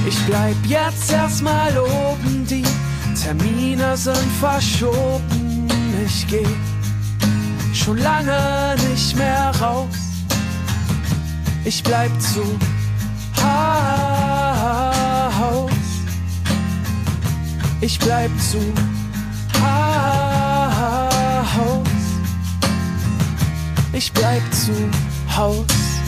Ich bleib jetzt erstmal oben, die Termine sind verschoben. Ich geh schon lange nicht mehr raus. Ich bleib zu Haus. Ich bleib zu Haus. Ich bleib zu Haus.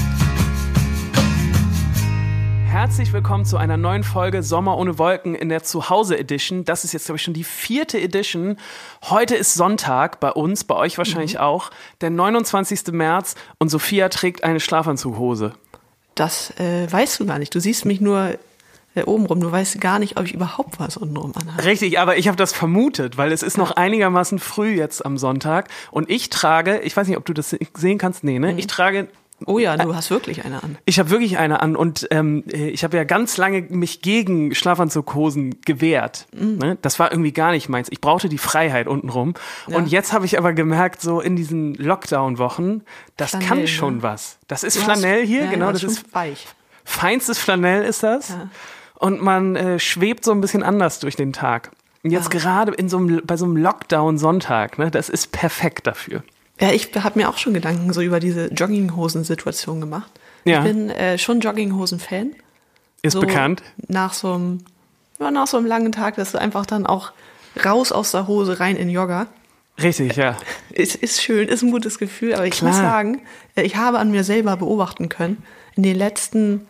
Herzlich willkommen zu einer neuen Folge Sommer ohne Wolken in der Zuhause-Edition. Das ist jetzt, glaube ich, schon die 4. Edition. Heute ist Sonntag bei uns, bei euch wahrscheinlich auch, der 29. März und Sophia trägt eine Schlafanzughose. Das weißt du gar nicht. Du siehst mich nur oben rum. Du weißt gar nicht, ob ich überhaupt was untenrum anhabe. Richtig, aber ich habe das vermutet, weil es ist noch einigermaßen früh jetzt am Sonntag. Und ich trage, ich weiß nicht, ob du das sehen kannst, nee, ne? Ich trage... Oh ja, du hast wirklich eine an. Ich habe wirklich eine an und ich habe ja ganz lange mich gegen Schlafanzughosen gewehrt. Ne? Das war irgendwie gar nicht meins. Ich brauchte die Freiheit untenrum. Ja. Und jetzt habe ich aber gemerkt, so in diesen Lockdown-Wochen, das Flanell, kann schon was. Das ist Flanell hier, genau. Das ist weich. Feinstes Flanell ist das. Ja. Und man schwebt so ein bisschen anders durch den Tag. Und jetzt gerade bei so einem Lockdown-Sonntag, ne, das ist perfekt dafür. Ja, ich habe mir auch schon Gedanken so über diese Jogginghosen-Situation gemacht. Ja. Ich bin schon Jogginghosen-Fan. Ist so bekannt. Nach so einem langen Tag, dass du einfach dann auch raus aus der Hose, rein in Jogger. Richtig, ja. Ist schön, ist ein gutes Gefühl. Aber ich muss sagen, ich habe an mir selber beobachten können, in der letzten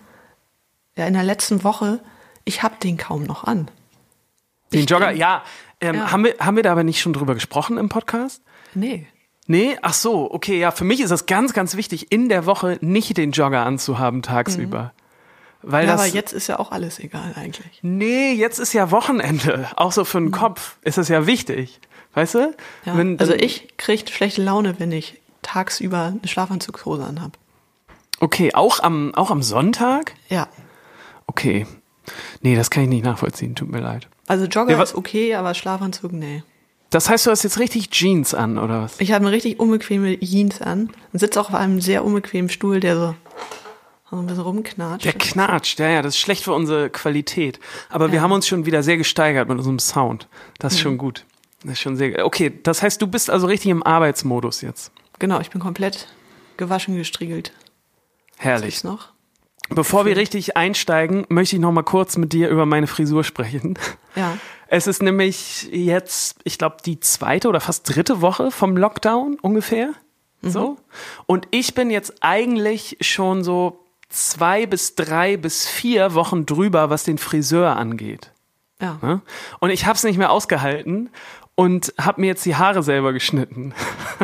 Woche, ich habe den kaum noch an. Den Jogger, ja. Haben wir da aber nicht schon drüber gesprochen im Podcast? Nee. Nee? Ach so, okay, ja, für mich ist das ganz, ganz wichtig, in der Woche nicht den Jogger anzuhaben tagsüber. Weil aber jetzt ist ja auch alles egal eigentlich. Nee, jetzt ist ja Wochenende. Auch so für den Kopf ist das ja wichtig. Weißt du? Ja, ich kriege schlechte Laune, wenn ich tagsüber eine Schlafanzugshose anhab. Okay, auch am Sonntag? Ja. Okay. Nee, das kann ich nicht nachvollziehen, tut mir leid. Also Jogger ist okay, aber Schlafanzug, nee. Das heißt, du hast jetzt richtig Jeans an, oder was? Ich habe eine richtig unbequeme Jeans an und sitze auch auf einem sehr unbequemen Stuhl, der so ein bisschen rumknatscht. Der knatscht, ja, das ist schlecht für unsere Qualität. Aber wir haben uns schon wieder sehr gesteigert mit unserem Sound. Das ist schon gut. Das ist schon sehr. Okay, das heißt, du bist also richtig im Arbeitsmodus jetzt. Genau, ich bin komplett gewaschen, gestriegelt. Herrlich. Bevor wir richtig einsteigen, möchte ich noch mal kurz mit dir über meine Frisur sprechen. Ja. Es ist nämlich jetzt, ich glaube, die 2. oder fast 3. Woche vom Lockdown ungefähr. So. Und ich bin jetzt eigentlich schon so 2 bis 3 bis 4 Wochen drüber, was den Friseur angeht. Ja. Und ich habe es nicht mehr ausgehalten und habe mir jetzt die Haare selber geschnitten.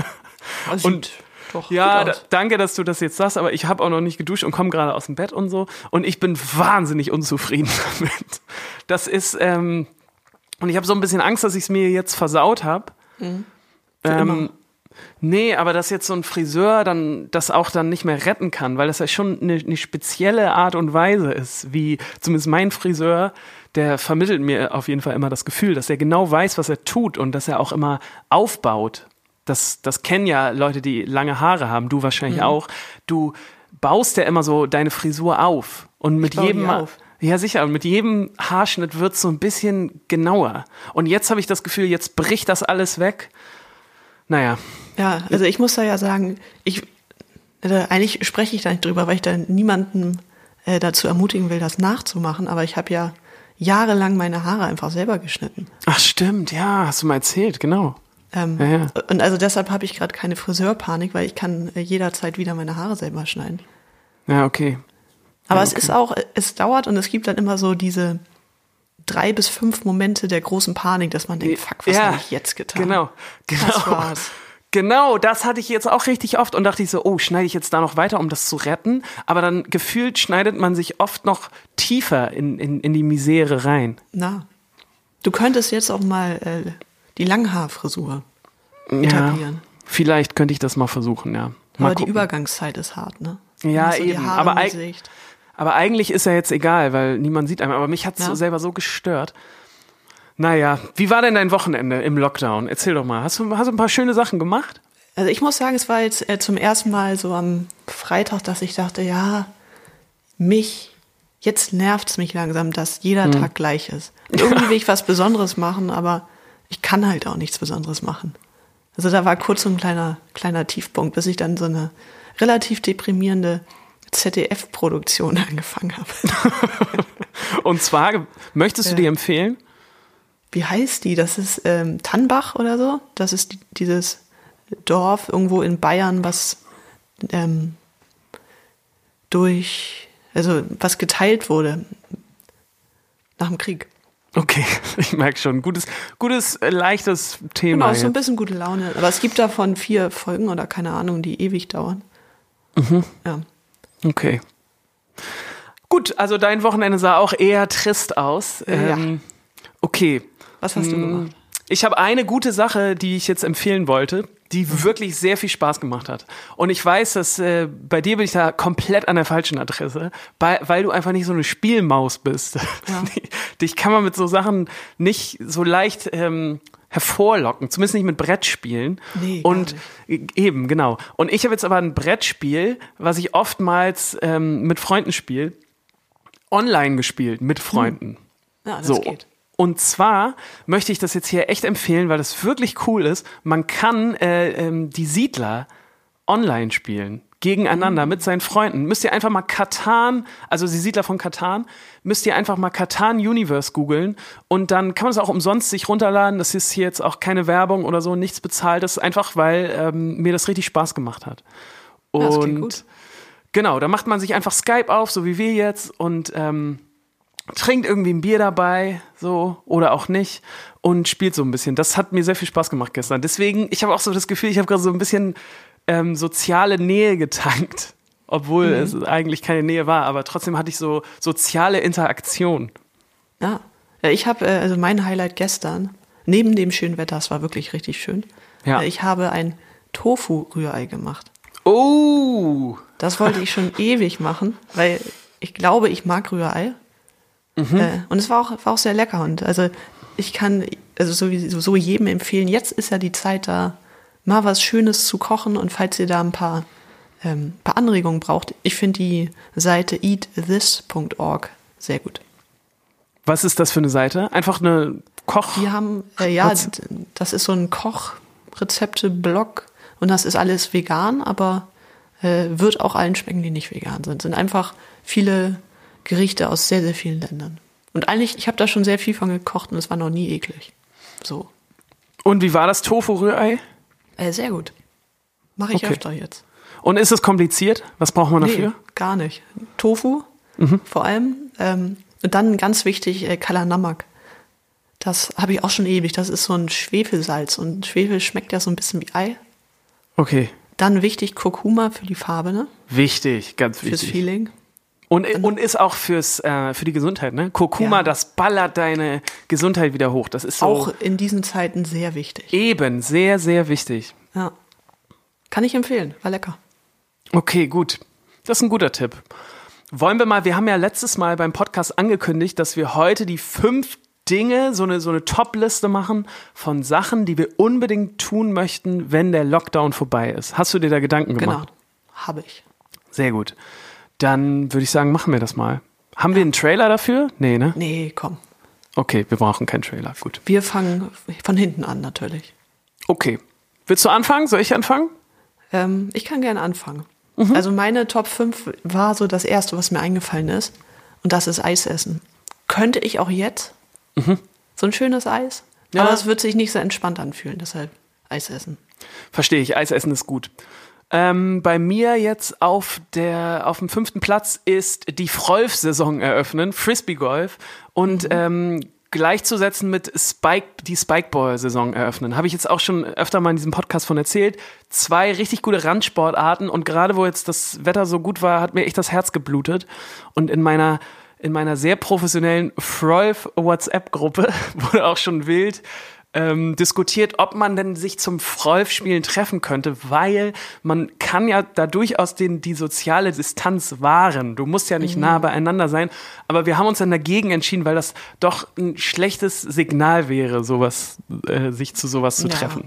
Und doch, ja, danke, dass du das jetzt sagst, aber ich habe auch noch nicht geduscht und komme gerade aus dem Bett und so. Und ich bin wahnsinnig unzufrieden damit. Das ist, und ich habe so ein bisschen Angst, dass ich es mir jetzt versaut habe. Nee, aber dass jetzt so ein Friseur dann das auch dann nicht mehr retten kann, weil das ja schon eine spezielle Art und Weise ist, wie zumindest mein Friseur, der vermittelt mir auf jeden Fall immer das Gefühl, dass er genau weiß, was er tut und dass er auch immer aufbaut. Das kennen ja Leute, die lange Haare haben, du wahrscheinlich auch. Du baust ja immer so deine Frisur auf. Und mit jedem Ja, sicher. Und mit jedem Haarschnitt wird es so ein bisschen genauer. Und jetzt habe ich das Gefühl, jetzt bricht das alles weg. Naja. Ja, also ich muss da ja sagen, eigentlich spreche ich da nicht drüber, weil ich da niemanden dazu ermutigen will, das nachzumachen. Aber ich habe ja jahrelang meine Haare einfach selber geschnitten. Ach stimmt, ja, hast du mal erzählt, genau. Ja. Und also deshalb habe ich gerade keine Friseurpanik, weil ich kann jederzeit wieder meine Haare selber schneiden. Ja, okay. Aber es ist auch, es dauert und es gibt dann immer so diese 3 bis 5 Momente der großen Panik, dass man denkt, fuck, was habe ich jetzt getan? Genau. Das war's. Genau, das hatte ich jetzt auch richtig oft und dachte ich so, oh, schneide ich jetzt da noch weiter, um das zu retten? Aber dann gefühlt schneidet man sich oft noch tiefer in die Misere rein. Na, du könntest jetzt auch mal die Langhaarfrisur etablieren. Ja, vielleicht könnte ich das mal versuchen, ja. Aber die Übergangszeit ist hart, ne? Ja, eben. Aber eigentlich ist ja jetzt egal, weil niemand sieht einem. Aber mich hat es selber so gestört. Naja, wie war denn dein Wochenende im Lockdown? Erzähl doch mal. Hast du ein paar schöne Sachen gemacht? Also ich muss sagen, es war jetzt zum ersten Mal so am Freitag, dass ich dachte, ja, mich jetzt nervt's mich langsam, dass jeder Tag gleich ist. Und irgendwie will ich was Besonderes machen, aber ich kann halt auch nichts Besonderes machen. Also da war kurz so ein kleiner Tiefpunkt, bis ich dann so eine relativ deprimierende ZDF-Produktion angefangen habe. Und zwar, möchtest du die empfehlen? Wie heißt die? Das ist Tannbach oder so. Das ist dieses Dorf irgendwo in Bayern, was was geteilt wurde nach dem Krieg. Okay, ich merke schon. Gutes, leichtes Thema. Genau, so ein bisschen gute Laune. Aber es gibt davon 4 Folgen oder keine Ahnung, die ewig dauern. Ja. Okay. Gut, also dein Wochenende sah auch eher trist aus. Ja. Okay. Was hast du gemacht? Ich habe eine gute Sache, die ich jetzt empfehlen wollte, die wirklich sehr viel Spaß gemacht hat. Und ich weiß, dass bei dir bin ich da komplett an der falschen Adresse, weil du einfach nicht so eine Spielmaus bist. Ja. Dich kann man mit so Sachen nicht so leicht hervorlocken, zumindest nicht mit Brettspielen. Nee, und eben, genau. Und ich habe jetzt aber ein Brettspiel, was ich oftmals mit Freunden spiele, online gespielt, mit Freunden. Ja, das geht. Und zwar möchte ich das jetzt hier echt empfehlen, weil das wirklich cool ist. Man kann die Siedler online spielen, gegeneinander mit seinen Freunden. Müsst ihr einfach mal Catan, also die Siedler von Catan, müsst ihr einfach mal Catan Universe googeln und dann kann man es auch umsonst sich runterladen. Das ist hier jetzt auch keine Werbung oder so, nichts bezahlt. Das ist einfach, weil mir das richtig Spaß gemacht hat. Und ja, das klingt gut. Genau, da macht man sich einfach Skype auf, so wie wir jetzt und trinkt irgendwie ein Bier dabei, so, oder auch nicht und spielt so ein bisschen. Das hat mir sehr viel Spaß gemacht gestern. Deswegen, ich habe auch so das Gefühl, ich habe gerade so ein bisschen soziale Nähe getankt, obwohl es eigentlich keine Nähe war, aber trotzdem hatte ich so soziale Interaktion. Ja, ich habe, also mein Highlight gestern, neben dem schönen Wetter, es war wirklich richtig schön, ich habe ein Tofu-Rührei gemacht. Oh! Das wollte ich schon ewig machen, weil ich glaube, ich mag Rührei. Und es war auch sehr lecker. Und also ich kann sowieso jedem empfehlen, jetzt ist ja die Zeit da, mal was Schönes zu kochen. Und falls ihr da ein paar Anregungen braucht, ich finde die Seite eatthis.org sehr gut. Was ist das für eine Seite? Einfach eine Koch... Die haben, das ist so ein Kochrezepte-Blog und das ist alles vegan, aber wird auch allen schmecken, die nicht vegan sind. Sind einfach viele Gerichte aus sehr, sehr vielen Ländern. Und eigentlich, ich habe da schon sehr viel von gekocht und es war noch nie eklig. So. Und wie war das Tofu-Rührei? Sehr gut. Mache ich öfter jetzt. Und ist es kompliziert? Was braucht man dafür? Nee, gar nicht. Tofu vor allem. Und dann ganz wichtig, Kalanamak. Das habe ich auch schon ewig. Das ist so ein Schwefelsalz. Und Schwefel schmeckt ja so ein bisschen wie Ei. Okay. Dann wichtig, Kurkuma für die Farbe, ne? Wichtig, ganz wichtig. Fürs Feeling. Und ist auch für die Gesundheit, ne? Kurkuma, das ballert deine Gesundheit wieder hoch. Das ist so auch in diesen Zeiten sehr wichtig. Eben, sehr, sehr wichtig. Ja. Kann ich empfehlen, war lecker. Okay, gut. Das ist ein guter Tipp. Wir haben ja letztes Mal beim Podcast angekündigt, dass wir heute die 5 Dinge, so eine Top-Liste machen von Sachen, die wir unbedingt tun möchten, wenn der Lockdown vorbei ist. Hast du dir da Gedanken gemacht? Genau, habe ich. Sehr gut. Dann würde ich sagen, machen wir das mal. Haben wir einen Trailer dafür? Nee, ne? Nee, komm. Okay, wir brauchen keinen Trailer. Gut. Wir fangen von hinten an, natürlich. Okay. Willst du anfangen? Soll ich anfangen? Ich kann gerne anfangen. Also meine Top 5 war so das erste, was mir eingefallen ist. Und das ist Eis essen. Könnte ich auch jetzt? So ein schönes Eis. Ja. Aber es wird sich nicht so entspannt anfühlen, deshalb Eis essen. Verstehe ich, Eis essen ist gut. Bei mir jetzt auf dem 5. Platz ist die Frolf-Saison eröffnen, Frisbee-Golf, und gleichzusetzen mit die Spikeball-Saison eröffnen. Habe ich jetzt auch schon öfter mal in diesem Podcast von erzählt. 2 richtig gute Randsportarten und gerade wo jetzt das Wetter so gut war, hat mir echt das Herz geblutet. Und in meiner sehr professionellen Frolf-WhatsApp-Gruppe wurde auch schon wild diskutiert, ob man denn sich zum Frolf-Spielen treffen könnte, weil man kann ja da durchaus die soziale Distanz wahren. Du musst ja nicht nah beieinander sein, aber wir haben uns dann dagegen entschieden, weil das doch ein schlechtes Signal wäre, sich zu sowas zu treffen.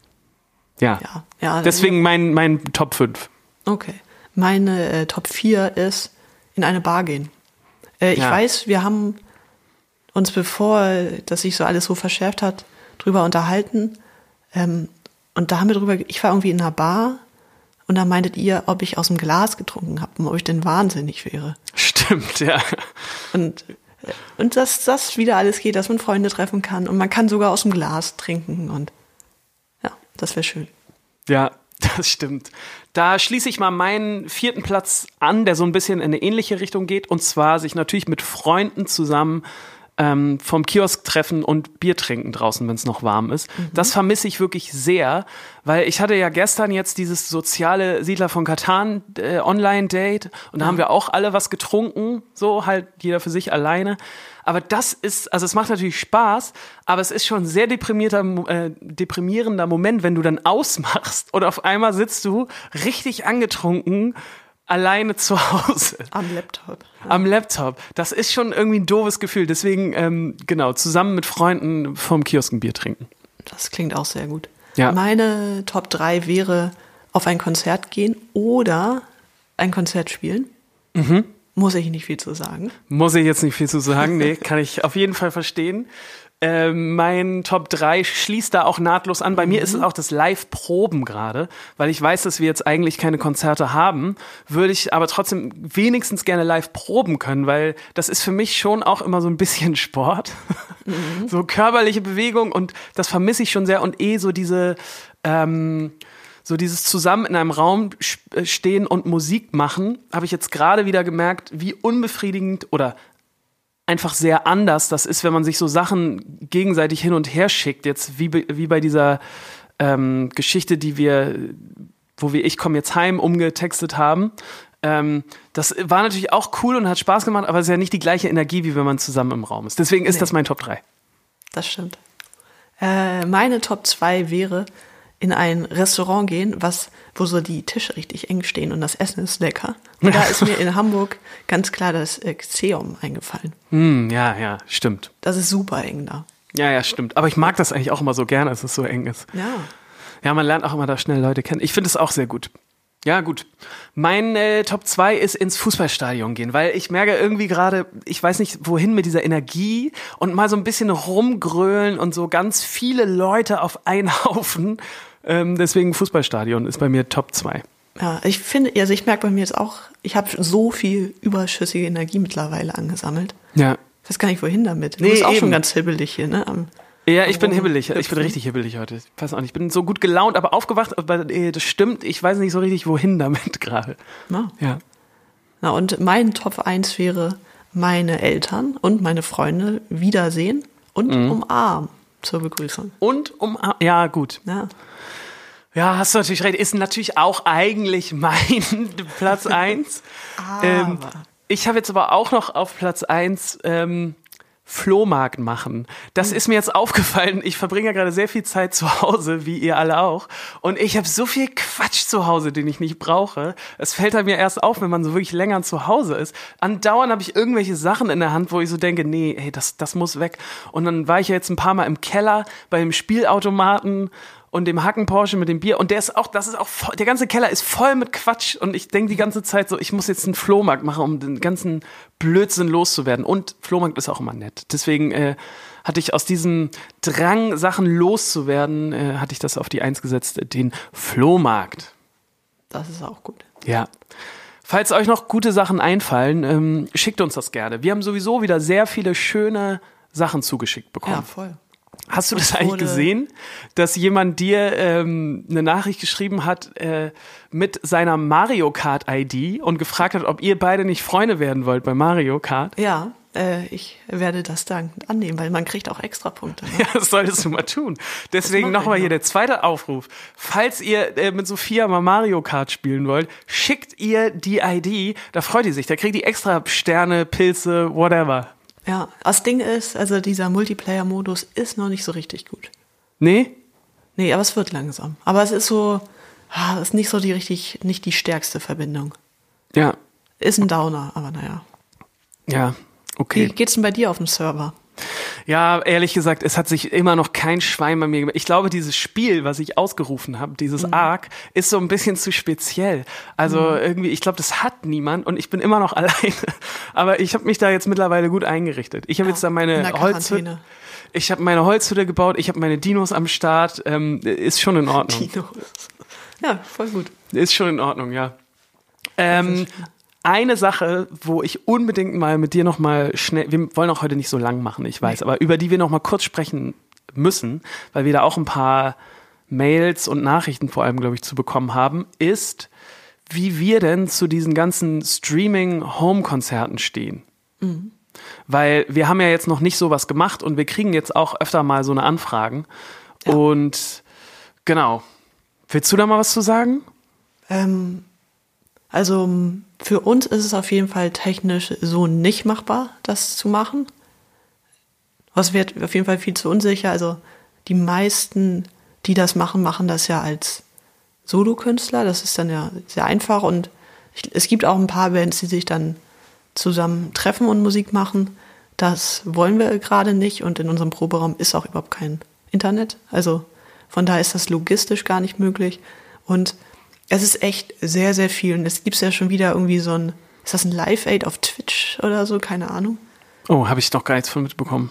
Ja. Deswegen mein Top 5. Okay. Meine Top 4 ist in eine Bar gehen. Ich weiß, wir haben uns, bevor das sich so alles so verschärft hat, drüber unterhalten. Und da haben wir ich war irgendwie in einer Bar und da meintet ihr, ob ich aus dem Glas getrunken habe und ob ich denn wahnsinnig wäre. Stimmt, ja. Und dass das wieder alles geht, dass man Freunde treffen kann und man kann sogar aus dem Glas trinken und ja, das wäre schön. Ja, das stimmt. Da schließe ich mal meinen 4. Platz an, der so ein bisschen in eine ähnliche Richtung geht, und zwar sich natürlich mit Freunden zusammen vom Kiosk treffen und Bier trinken draußen, wenn es noch warm ist. Das vermisse ich wirklich sehr, weil ich hatte ja gestern jetzt dieses soziale Siedler von Catan Online-Date und da haben wir auch alle was getrunken, so halt jeder für sich alleine. Aber das ist, also es macht natürlich Spaß, aber es ist schon ein sehr deprimierender Moment, wenn du dann ausmachst und auf einmal sitzt du richtig angetrunken alleine zu Hause. Am Laptop. Ja. Am Laptop. Das ist schon irgendwie ein doofes Gefühl. Deswegen, genau, zusammen mit Freunden vom Kiosk ein Bier trinken. Das klingt auch sehr gut. Ja. Meine Top 3 wäre auf ein Konzert gehen oder ein Konzert spielen. Muss ich nicht viel zu sagen. Muss ich jetzt nicht viel zu sagen. Nee, kann ich auf jeden Fall verstehen. Mein Top 3 schließt da auch nahtlos an. Bei mir ist es auch das Live-Proben gerade, weil ich weiß, dass wir jetzt eigentlich keine Konzerte haben, würde ich aber trotzdem wenigstens gerne live proben können, weil das ist für mich schon auch immer so ein bisschen Sport. So körperliche Bewegung und das vermisse ich schon sehr und so dieses zusammen in einem Raum stehen und Musik machen, habe ich jetzt gerade wieder gemerkt, wie unbefriedigend oder einfach sehr anders das ist, wenn man sich so Sachen gegenseitig hin und her schickt. Jetzt wie bei dieser Geschichte, wo wir Ich komme jetzt heim umgetextet haben. Das war natürlich auch cool und hat Spaß gemacht, aber es ist ja nicht die gleiche Energie, wie wenn man zusammen im Raum ist. Deswegen ist das mein Top 3. Das stimmt. Meine Top 2 wäre in ein Restaurant gehen, wo so die Tische richtig eng stehen und das Essen ist lecker. Und da ist mir in Hamburg ganz klar das Xeum eingefallen. Ja, stimmt. Das ist super eng da. Ja, stimmt. Aber ich mag das eigentlich auch immer so gerne, dass es so eng ist. Ja. Ja, man lernt auch immer da schnell Leute kennen. Ich finde es auch sehr gut. Ja, gut. Mein Top 2 ist ins Fußballstadion gehen, weil ich merke irgendwie gerade, ich weiß nicht, wohin mit dieser Energie und mal so ein bisschen rumgrölen und so ganz viele Leute auf einen Haufen. Deswegen Fußballstadion ist bei mir Top 2. Ja, ich finde, also ich merke bei mir jetzt auch, ich habe so viel überschüssige Energie mittlerweile angesammelt. Ja. Ich weiß gar nicht, wohin damit. Du Nee, bist auch eben. schon ganz hibbelig hier, ne? Ja, ich bin hibbelig. Ich bin richtig hibbelig heute. Ich weiß auch nicht. Ich bin so gut gelaunt, aber aufgewacht. Aber das stimmt. Ich weiß nicht so richtig, wohin damit gerade. Ja. Na, und mein Top 1 wäre meine Eltern und meine Freunde wiedersehen und umarmen zur Begrüßung. Ja, gut. Ja. Ja, hast du natürlich recht. Ist natürlich auch eigentlich mein Platz 1. Ich habe jetzt aber auch noch auf Platz 1 Flohmarkt machen. Das ist mir jetzt aufgefallen. Ich verbringe ja gerade sehr viel Zeit zu Hause, wie ihr alle auch. Und ich habe so viel Quatsch zu Hause, den ich nicht brauche. Es fällt halt mir erst auf, wenn man so wirklich länger zu Hause ist. Andauernd habe ich irgendwelche Sachen in der Hand, wo ich so denke, nee, hey, das muss weg. Und dann war ich ja jetzt ein paar Mal im Keller bei dem Spielautomaten und dem Hacken-Porsche mit dem Bier. Und der ganze Keller ist voll mit Quatsch. Und ich denke die ganze Zeit so, ich muss jetzt einen Flohmarkt machen, um den ganzen Blödsinn loszuwerden. Und Flohmarkt ist auch immer nett. Deswegen hatte ich aus diesem Drang, Sachen loszuwerden, hatte ich das auf die 1 gesetzt, den Flohmarkt. Das ist auch gut. Ja. Falls euch noch gute Sachen einfallen, schickt uns das gerne. Wir haben sowieso wieder sehr viele schöne Sachen zugeschickt bekommen. Ja, voll. Hast du das eigentlich gesehen, dass jemand dir eine Nachricht geschrieben hat mit seiner Mario Kart ID und gefragt hat, ob ihr beide nicht Freunde werden wollt bei Mario Kart? Ja, ich werde das dankend annehmen, weil man kriegt auch extra Punkte. Ne? Ja, das solltest du mal tun. Deswegen nochmal hier der zweite Aufruf. Falls ihr mit Sophia mal Mario Kart spielen wollt, schickt ihr die ID, da freut die sich. Da kriegt die extra Sterne, Pilze, whatever. Ja, das Ding ist, also dieser Multiplayer-Modus ist noch nicht so richtig gut. Nee? Nee, aber es wird langsam. Aber es ist so, ist nicht so nicht die stärkste Verbindung. Ja. Ist ein Downer, aber naja. Ja, okay. Wie geht's denn bei dir auf dem Server? Ja, ehrlich gesagt, es hat sich immer noch kein Schwein bei mir gemeldet. Ich glaube, dieses Spiel, was ich ausgerufen habe, dieses Arc, ist so ein bisschen zu speziell. Also irgendwie, ich glaube, das hat niemand und ich bin immer noch alleine. Aber ich habe mich da jetzt mittlerweile gut eingerichtet. Ich habe jetzt da meine Holzhütte. Ich habe meine Holzhütte gebaut, ich habe meine Dinos am Start. Ist schon in Ordnung. Dinos. Ja, voll gut. Ist schon in Ordnung, ja. Eine Sache, wo ich unbedingt mal mit dir noch mal schnell, wir wollen auch heute nicht so lang machen, ich weiß, aber über die wir noch mal kurz sprechen müssen, weil wir da auch ein paar Mails und Nachrichten vor allem, glaube ich, zu bekommen haben, ist, wie wir denn zu diesen ganzen Streaming-Home-Konzerten stehen. Mhm. Weil wir haben ja jetzt noch nicht sowas gemacht und wir kriegen jetzt auch öfter mal so eine Anfragen. Ja. Und genau. Willst du da mal was zu sagen? Also für uns ist es auf jeden Fall technisch so nicht machbar, das zu machen. Was wird auf jeden Fall viel zu unsicher. Also die meisten, die das machen, machen das ja als Solokünstler. Das ist dann ja sehr einfach. Und es gibt auch ein paar Bands, die sich dann zusammen treffen und Musik machen. Das wollen wir gerade nicht. Und in unserem Proberaum ist auch überhaupt kein Internet. Also von daher ist das logistisch gar nicht möglich. Und es ist echt sehr, sehr viel. Und es gibt ja schon wieder irgendwie so ein, ist das ein Live-Aid auf Twitch oder so? Keine Ahnung. Oh, habe ich noch gar nichts von mitbekommen.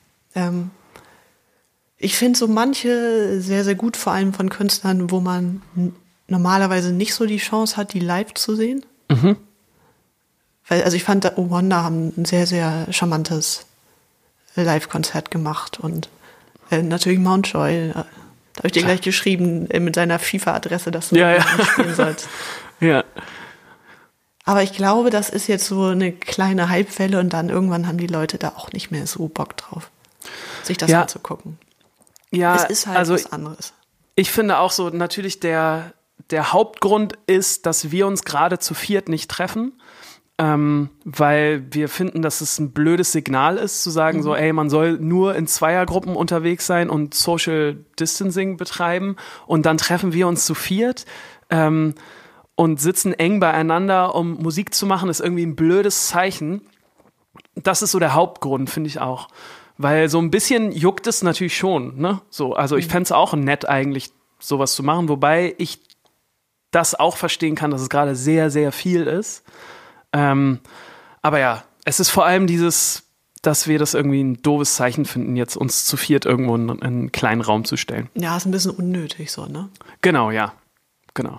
Ich finde so manche sehr, sehr gut, vor allem von Künstlern, wo man normalerweise nicht so die Chance hat, die live zu sehen. Mhm. Weil, also ich fand, Oh Wonder haben ein sehr, sehr charmantes Live-Konzert gemacht. Und natürlich Mountjoy. Da habe ich dir gleich geschrieben mit seiner FIFA-Adresse, dass du spielen sollst. Ja. Aber ich glaube, das ist jetzt so eine kleine Hypewelle und dann irgendwann haben die Leute da auch nicht mehr so Bock drauf, sich das anzugucken. Ja, es ist halt was anderes. Ich finde auch so, natürlich der Hauptgrund ist, dass wir uns gerade zu viert nicht treffen. Weil wir finden, dass es ein blödes Signal ist, zu sagen so, ey, man soll nur in Zweiergruppen unterwegs sein und Social Distancing betreiben und dann treffen wir uns zu viert und sitzen eng beieinander, um Musik zu machen, ist irgendwie ein blödes Zeichen. Das ist so der Hauptgrund, finde ich auch. Weil so ein bisschen juckt es natürlich schon, ne? So, also ich fände es auch nett eigentlich, sowas zu machen, wobei ich das auch verstehen kann, dass es gerade sehr, sehr viel ist. Aber ja, es ist vor allem dieses, dass wir das irgendwie ein doofes Zeichen finden, jetzt uns zu viert irgendwo in einen kleinen Raum zu stellen. Ja, ist ein bisschen unnötig so, ne? Genau, ja. Genau.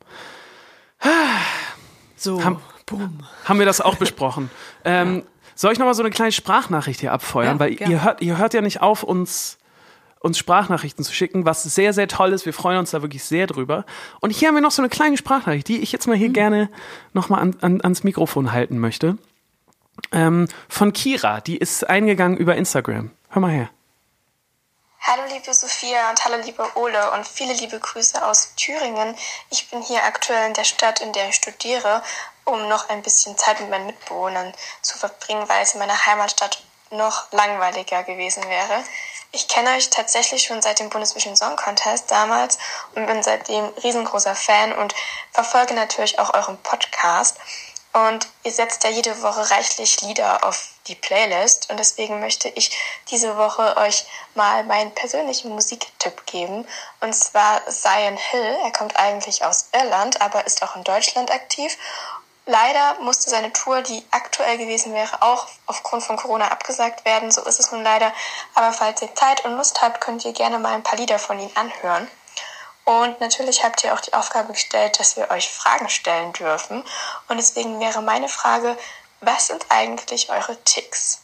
So, boom. Haben wir das auch besprochen. Soll ich noch mal so eine kleine Sprachnachricht hier abfeuern? Weil ihr hört ja nicht auf, uns Sprachnachrichten zu schicken, was sehr, sehr toll ist. Wir freuen uns da wirklich sehr drüber. Und hier haben wir noch so eine kleine Sprachnachricht, die ich jetzt mal hier gerne noch mal ans Mikrofon halten möchte. Von Kira, die ist eingegangen über Instagram. Hör mal her. Hallo liebe Sophia und hallo liebe Ole und viele liebe Grüße aus Thüringen. Ich bin hier aktuell in der Stadt, in der ich studiere, um noch ein bisschen Zeit mit meinen Mitbewohnern zu verbringen, weil es in meiner Heimatstadt noch langweiliger gewesen wäre. Ich kenne euch tatsächlich schon seit dem Bundesvision Song Contest damals und bin seitdem riesengroßer Fan und verfolge natürlich auch euren Podcast. Und ihr setzt ja jede Woche reichlich Lieder auf die Playlist und deswegen möchte ich diese Woche euch mal meinen persönlichen Musiktipp geben. Und zwar Zion Hill. Er kommt eigentlich aus Irland, aber ist auch in Deutschland aktiv. Leider musste seine Tour, die aktuell gewesen wäre, auch aufgrund von Corona abgesagt werden. So ist es nun leider. Aber falls ihr Zeit und Lust habt, könnt ihr gerne mal ein paar Lieder von ihm anhören. Und natürlich habt ihr auch die Aufgabe gestellt, dass wir euch Fragen stellen dürfen. Und deswegen wäre meine Frage, was sind eigentlich eure Ticks?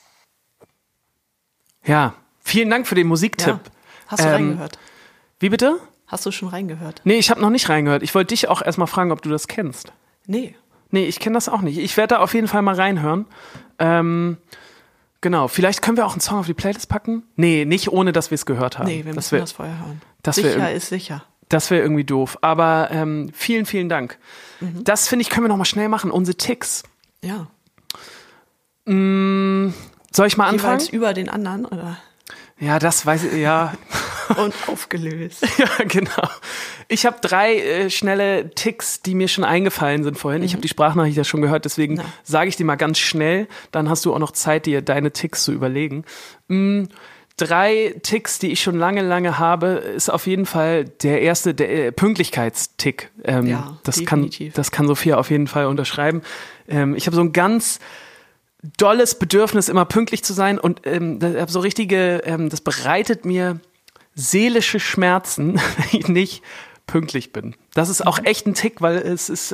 Ja, vielen Dank für den Musiktipp. Ja. Hast du reingehört? Wie bitte? Hast du schon reingehört? Nee, ich habe noch nicht reingehört. Ich wollte dich auch erstmal fragen, ob du das kennst. Nee, ich kenne das auch nicht. Ich werde da auf jeden Fall mal reinhören. Genau, vielleicht können wir auch einen Song auf die Playlist packen. Nee, nicht ohne, dass wir es gehört haben. Nee, wir müssen das vorher hören. Sicher ist sicher. Das wäre irgendwie doof. Aber vielen, vielen Dank. Das, finde ich, können wir noch mal schnell machen. Unsere Ticks. Ja. Soll ich mal anfangen? Jeweils über den anderen, oder? Ja, das weiß ich, ja. Und aufgelöst. Ja, genau. Ich habe 3 schnelle Ticks, die mir schon eingefallen sind vorhin. Ich habe die Sprachnachricht ja schon gehört, deswegen sage ich die mal ganz schnell. Dann hast du auch noch Zeit, dir deine Ticks zu überlegen. 3 Ticks, die ich schon lange habe, ist auf jeden Fall der erste, der Pünktlichkeitstick. Das kann Sophia auf jeden Fall unterschreiben. Ich habe so ein ganz dolles Bedürfnis, immer pünktlich zu sein und so richtige, das bereitet mir seelische Schmerzen, wenn ich nicht pünktlich bin. Das ist auch echt ein Tick, weil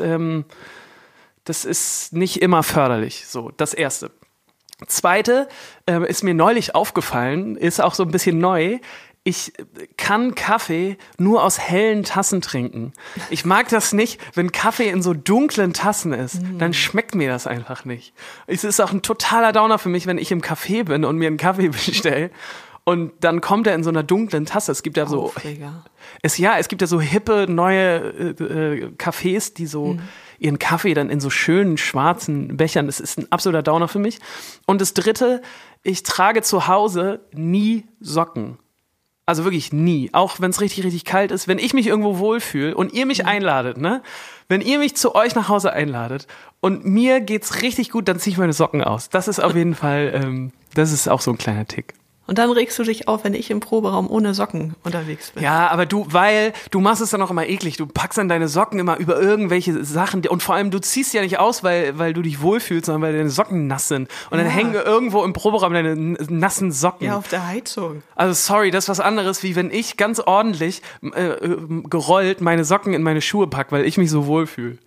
das ist nicht immer förderlich. So, das Erste. Zweite, ist mir neulich aufgefallen, ist auch so ein bisschen neu. Ich kann Kaffee nur aus hellen Tassen trinken. Ich mag das nicht, wenn Kaffee in so dunklen Tassen ist. Dann schmeckt mir das einfach nicht. Es ist auch ein totaler Downer für mich, wenn ich im Café bin und mir einen Kaffee bestelle. Und dann kommt er in so einer dunklen Tasse. Es gibt ja so, es gibt ja so hippe neue Cafés, die so ihren Kaffee dann in so schönen schwarzen Bechern. Das ist ein absoluter Downer für mich. Und das Dritte, ich trage zu Hause nie Socken. Also wirklich nie. Auch wenn es richtig, richtig kalt ist. Wenn ich mich irgendwo wohlfühle und ihr mich einladet, ne? Wenn ihr mich zu euch nach Hause einladet und mir geht's richtig gut, dann ziehe ich meine Socken aus. Das ist auf jeden Fall, das ist auch so ein kleiner Tick. Und dann regst du dich auf, wenn ich im Proberaum ohne Socken unterwegs bin. Ja, aber du machst es dann auch immer eklig. Du packst dann deine Socken immer über irgendwelche Sachen. Und vor allem, du ziehst ja nicht aus, weil du dich wohlfühlst, sondern weil deine Socken nass sind. Und dann hängen irgendwo im Proberaum deine nassen Socken. Ja, auf der Heizung. Also sorry, das ist was anderes, wie wenn ich ganz ordentlich gerollt meine Socken in meine Schuhe packe, weil ich mich so wohlfühle.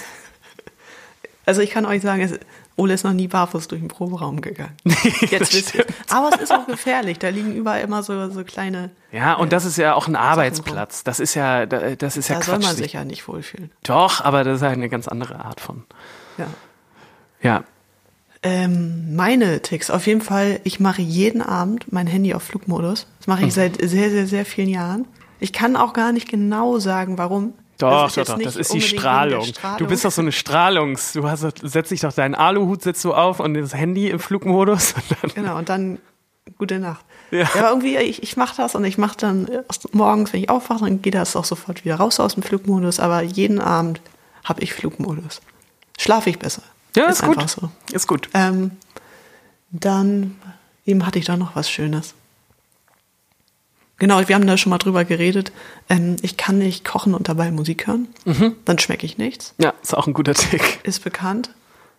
Also ich kann euch sagen, Ole ist noch nie barfuß durch den Proberaum gegangen. Jetzt wisst ihr. Aber es ist auch gefährlich. Da liegen überall immer so kleine. Ja, und das ist ja auch ein Arbeitsplatz. Das ist ja Quatsch. Da soll man sich ja nicht wohlfühlen. Doch, aber das ist halt eine ganz andere Art von. Ja. Meine Ticks, auf jeden Fall, ich mache jeden Abend mein Handy auf Flugmodus. Das mache ich seit sehr, sehr, sehr vielen Jahren. Ich kann auch gar nicht genau sagen, warum. Doch, das ist die Strahlung. Du bist doch so eine setzt dich doch deinen Aluhut, setzt du auf und das Handy im Flugmodus. Und dann gute Nacht. Ja, aber irgendwie, ich mache das und ich mache dann morgens, wenn ich aufwache, dann geht das auch sofort wieder raus aus dem Flugmodus, aber jeden Abend habe ich Flugmodus. Schlafe ich besser. Ja, ist gut. So. Ist gut. Dann, eben hatte ich da noch was Schönes. Genau, wir haben da schon mal drüber geredet. Ich kann nicht kochen und dabei Musik hören. Dann schmecke ich nichts. Ja, ist auch ein guter Tick. Ist bekannt.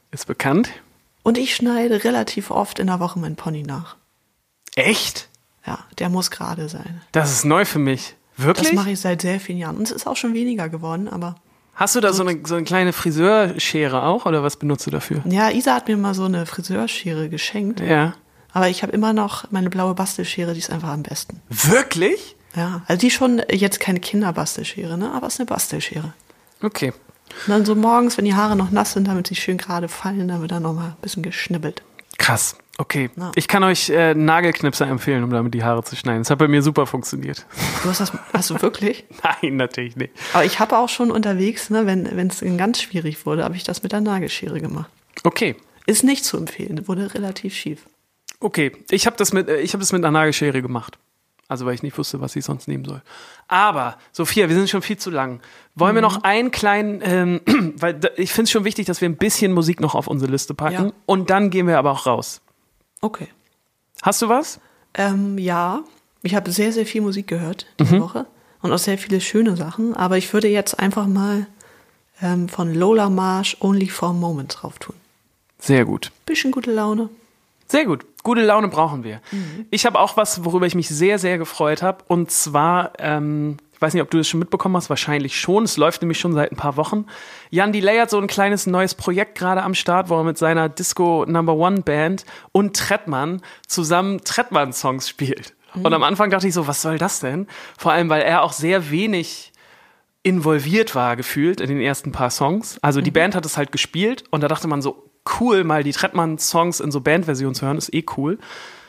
Und ich schneide relativ oft in der Woche meinen Pony nach. Echt? Ja, der muss gerade sein. Das ist neu für mich. Wirklich? Das mache ich seit sehr vielen Jahren. Und es ist auch schon weniger geworden, aber... Hast du da so eine kleine Friseurschere auch, oder was benutzt du dafür? Ja, Isa hat mir mal so eine Friseurschere geschenkt. Ja. Aber ich habe immer noch meine blaue Bastelschere, die ist einfach am besten. Wirklich? Ja, also die schon jetzt keine Kinderbastelschere, ne? Aber es ist eine Bastelschere. Okay. Und dann so morgens, wenn die Haare noch nass sind, damit sie schön gerade fallen, dann wird dann noch mal ein bisschen geschnibbelt. Krass. Okay. Ja. Ich kann euch Nagelknipser empfehlen, um damit die Haare zu schneiden. Das hat bei mir super funktioniert. Hast du wirklich? Nein, natürlich nicht. Aber ich habe auch schon unterwegs, ne, wenn es ganz schwierig wurde, habe ich das mit der Nagelschere gemacht. Okay. Ist nicht zu empfehlen, wurde relativ schief. Okay, ich habe das mit einer Nagelschere gemacht. Also weil ich nicht wusste, was ich sonst nehmen soll. Aber, Sophia, wir sind schon viel zu lang. Wollen wir noch einen kleinen, weil ich finde es schon wichtig, dass wir ein bisschen Musik noch auf unsere Liste packen. Ja. Und dann gehen wir aber auch raus. Okay. Hast du was? Ja, ich habe sehr, sehr viel Musik gehört diese Woche. Und auch sehr viele schöne Sachen. Aber ich würde jetzt einfach mal von Lola Marsh Only for a Moment drauf tun. Sehr gut. Bisschen gute Laune. Sehr gut. Gute Laune brauchen wir. Ich habe auch was, worüber ich mich sehr, sehr gefreut habe. Und zwar, ich weiß nicht, ob du das schon mitbekommen hast, wahrscheinlich schon. Es läuft nämlich schon seit ein paar Wochen. Jan Delay hat so ein kleines neues Projekt gerade am Start, wo er mit seiner Disco No. 1 Band und Trettmann zusammen Trettmann-Songs spielt. Und am Anfang dachte ich so, was soll das denn? Vor allem, weil er auch sehr wenig involviert war, gefühlt, in den ersten paar Songs. Also die Band hat es halt gespielt und da dachte man so, cool, mal die Trettmann-Songs in so Bandversionen zu hören, ist cool.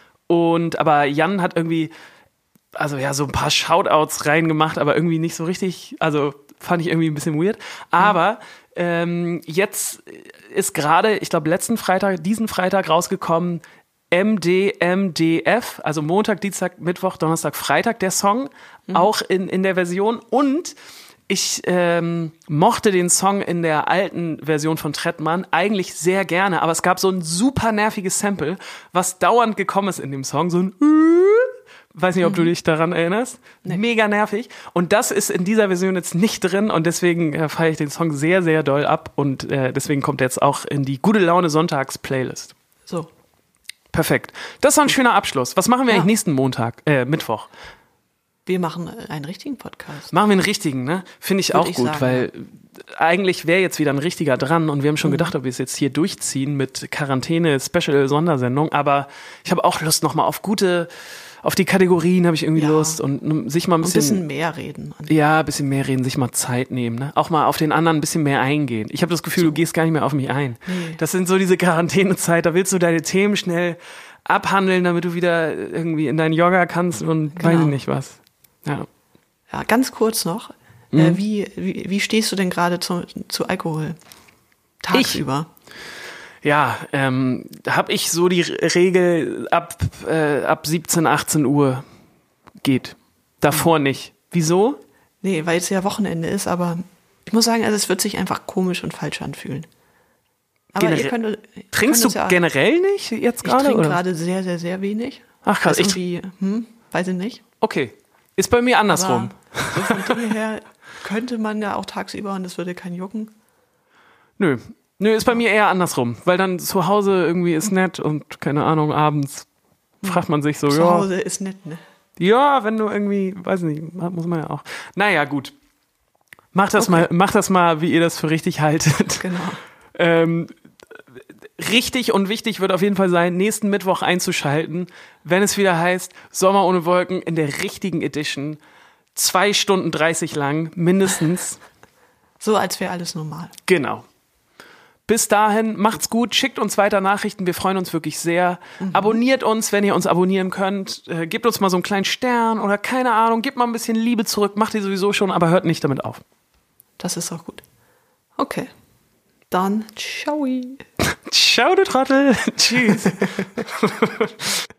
Aber Jan hat irgendwie, also ja, so ein paar Shoutouts reingemacht, aber irgendwie nicht so richtig, also fand ich irgendwie ein bisschen weird. Aber jetzt ist gerade, ich glaube diesen Freitag rausgekommen, MDMDF, also Montag, Dienstag, Mittwoch, Donnerstag, Freitag, der Song, auch in der Version. Und ich mochte den Song in der alten Version von Trettmann eigentlich sehr gerne, aber es gab so ein super nerviges Sample, was dauernd gekommen ist in dem Song, so ein weiß nicht, ob du dich daran erinnerst. Nee. Mega nervig. Und das ist in dieser Version jetzt nicht drin und deswegen feiere ich den Song sehr, sehr doll ab und deswegen kommt er jetzt auch in die Gute Laune Sonntags-Playlist. So. Perfekt. Das war ein schöner Abschluss. Was machen wir eigentlich nächsten Mittwoch? Wir machen einen richtigen Podcast. Machen wir einen richtigen, ne? Finde ich auch gut, sagen, weil eigentlich wäre jetzt wieder ein richtiger dran und wir haben schon gedacht, ob wir es jetzt hier durchziehen mit Quarantäne-Special-Sondersendung, aber ich habe auch Lust nochmal auf die Kategorien habe ich irgendwie Lust und sich mal ein bisschen mehr reden. Ja, ein bisschen mehr reden, sich mal Zeit nehmen, ne? Auch mal auf den anderen ein bisschen mehr eingehen. Ich habe das Gefühl, du gehst gar nicht mehr auf mich ein. Nee. Das sind so diese Quarantänezeit, da willst du deine Themen schnell abhandeln, damit du wieder irgendwie in deinen Yoga kannst und weiß ich nicht was. Ja, ganz kurz noch. Wie stehst du denn gerade zu Alkohol? Tagsüber? Habe ich so die Regel, ab 17, 18 Uhr geht. Davor nicht. Wieso? Nee, weil es ja Wochenende ist, aber ich muss sagen, also es wird sich einfach komisch und falsch anfühlen. Aber trinkst du generell nicht jetzt gerade? Ich trinke gerade sehr, sehr, sehr wenig. Ach krass. Weiß ich nicht. Okay. Ist bei mir andersrum. Aber so von dem her könnte man ja auch tagsüber und es würde keinen jucken. Nö, ist bei mir eher andersrum, weil dann zu Hause irgendwie ist nett und keine Ahnung, abends fragt man sich so, zu Hause ist nett, ne? Ja, wenn du irgendwie, weiß nicht, muss man ja auch. Naja, gut. Macht das mal, wie ihr das für richtig haltet. Genau. Richtig und wichtig wird auf jeden Fall sein, nächsten Mittwoch einzuschalten, wenn es wieder heißt, Sommer ohne Wolken in der richtigen Edition. 2 Stunden 30 lang, mindestens. So, als wäre alles normal. Genau. Bis dahin, macht's gut, schickt uns weiter Nachrichten, wir freuen uns wirklich sehr. Abonniert uns, wenn ihr uns abonnieren könnt. Gebt uns mal so einen kleinen Stern oder keine Ahnung, gebt mal ein bisschen Liebe zurück, macht ihr sowieso schon, aber hört nicht damit auf. Das ist auch gut. Okay. Dann, ciao. Ciao, du Trottel. Tschüss.